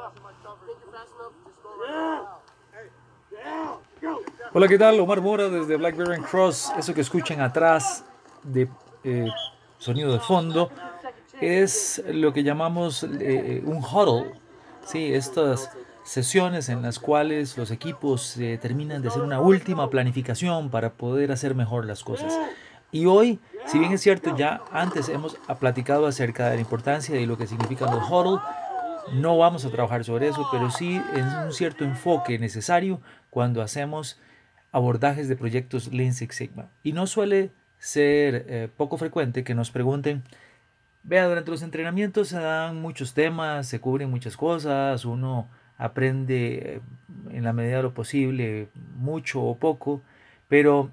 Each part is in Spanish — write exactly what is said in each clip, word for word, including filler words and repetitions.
Hola, ¿qué tal? Omar Mora desde Blackberry and Cross. Eso que escuchan atrás de eh, sonido de fondo es lo que llamamos eh, un huddle. Sí, estas sesiones en las cuales los equipos eh, terminan de hacer una última planificación para poder hacer mejor las cosas. Y hoy, si bien es cierto, ya antes hemos platicado acerca de la importancia y lo que significan los huddle, no vamos a trabajar sobre eso, pero sí en un cierto enfoque necesario cuando hacemos abordajes de proyectos Lean Six Sigma. Y no suele ser eh, poco frecuente que nos pregunten, vea, durante los entrenamientos se dan muchos temas, se cubren muchas cosas, uno aprende eh, en la medida de lo posible mucho o poco, pero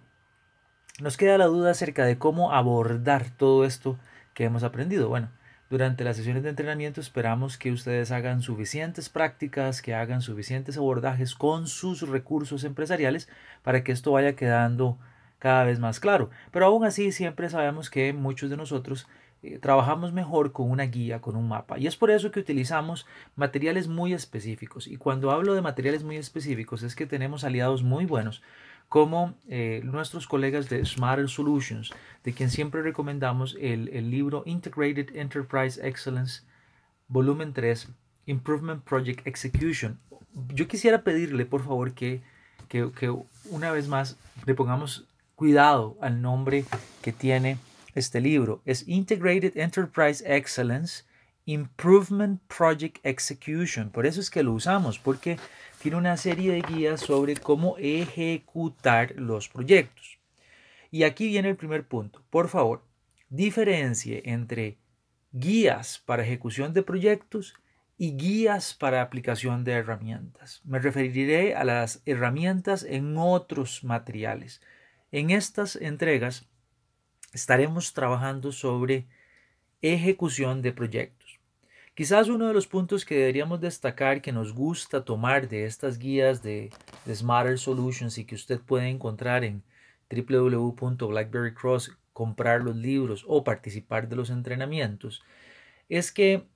nos queda la duda acerca de cómo abordar todo esto que hemos aprendido. Bueno, durante las sesiones de entrenamiento esperamos que ustedes hagan suficientes prácticas, que hagan suficientes abordajes con sus recursos empresariales para que esto vaya quedando cada vez más claro. Pero aún así siempre sabemos que muchos de nosotros eh, trabajamos mejor con una guía, con un mapa. Y es por eso que utilizamos materiales muy específicos. Y cuando hablo de materiales muy específicos es que tenemos aliados muy buenos como eh, nuestros colegas de Smarter Solutions, de quien siempre recomendamos el, el libro Integrated Enterprise Excellence, volumen tres, Improvement Project Execution. Yo quisiera pedirle, por favor, que, que, que una vez más le pongamos cuidado al nombre que tiene este libro. Es Integrated Enterprise Excellence, Improvement Project Execution. Por eso es que lo usamos, porque tiene una serie de guías sobre cómo ejecutar los proyectos. Y aquí viene el primer punto. Por favor, diferencie entre guías para ejecución de proyectos y guías para aplicación de herramientas. Me referiré a las herramientas en otros materiales. En estas entregas estaremos trabajando sobre ejecución de proyectos. Quizás uno de los puntos que deberíamos destacar que nos gusta tomar de estas guías de, de Smarter Solutions y que usted puede encontrar en w w w punto blackberry cross, comprar los libros o participar de los entrenamientos, es que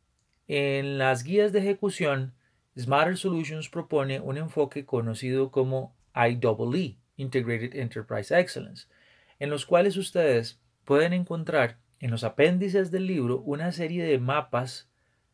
en las guías de ejecución Smarter Solutions propone un enfoque conocido como I E E, Integrated Enterprise Excellence, en los cuales ustedes pueden encontrar en los apéndices del libro una serie de mapas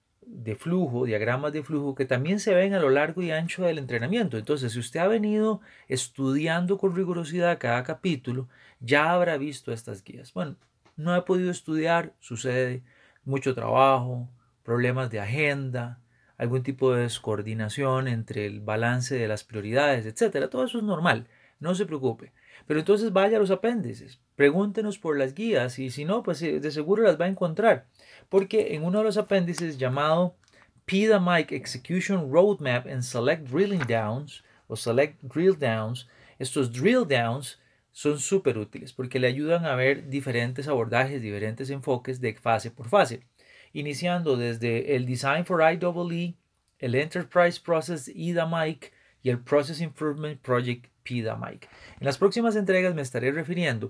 de flujo, diagramas de flujo que también se ven a lo largo y ancho del entrenamiento. Entonces, si usted ha venido estudiando con rigurosidad cada capítulo, ya habrá visto estas guías. Bueno, no he podido estudiar, sucede, mucho trabajo, problemas de agenda, algún tipo de descoordinación entre el balance de las prioridades, etcétera. Todo eso es normal, no se preocupe. Pero entonces vaya a los apéndices, pregúntenos por las guías y si no, pues de seguro las va a encontrar. Porque en uno de los apéndices llamado P D M I C Execution Roadmap and Select Drilling Downs o Select Drill Downs, estos drill downs son súper útiles porque le ayudan a ver diferentes abordajes, diferentes enfoques de fase por fase, iniciando desde el Design for I E E, el Enterprise Process I D M I C y el Process Improvement Project P D M I C. En las próximas entregas me estaré refiriendo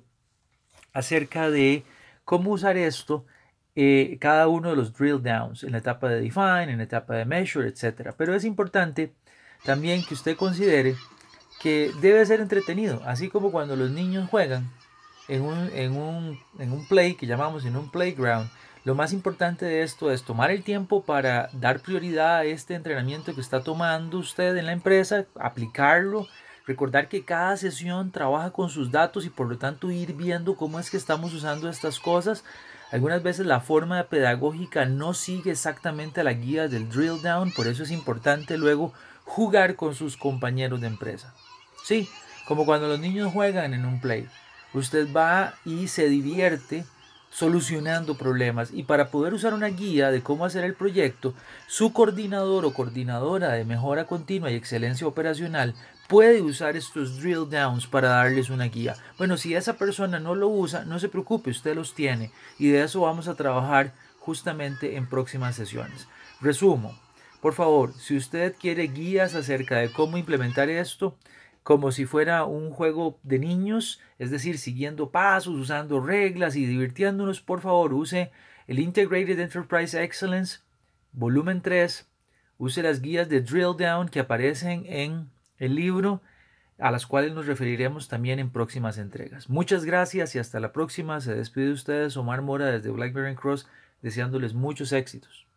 acerca de cómo usar esto, eh, cada uno de los drill downs, en la etapa de define, en la etapa de measure, etcétera. Pero es importante también que usted considere que debe ser entretenido, así como cuando los niños juegan en un, en un, en un play que llamamos en un playground. Lo más importante de esto es tomar el tiempo para dar prioridad a este entrenamiento que está tomando usted en la empresa, aplicarlo, recordar que cada sesión trabaja con sus datos y por lo tanto ir viendo cómo es que estamos usando estas cosas. Algunas veces la forma pedagógica no sigue exactamente la guía del drill down, por eso es importante luego jugar con sus compañeros de empresa. Sí, como cuando los niños juegan en un play. Usted va y se divierte solucionando problemas, y para poder usar una guía de cómo hacer el proyecto, su coordinador o coordinadora de mejora continua y excelencia operacional puede usar estos drill downs para darles una guía. Bueno, si esa persona no lo usa, no se preocupe, usted los tiene, y de eso vamos a trabajar justamente en próximas sesiones. Resumo, por favor, si usted quiere guías acerca de cómo implementar esto, como si fuera un juego de niños, es decir, siguiendo pasos, usando reglas y divirtiéndonos, por favor, use el Integrated Enterprise Excellence, volumen tres, use las guías de drill down que aparecen en el libro, a las cuales nos referiremos también en próximas entregas. Muchas gracias y hasta la próxima. Se despide de ustedes Omar Mora desde Blackberry and Cross, deseándoles muchos éxitos.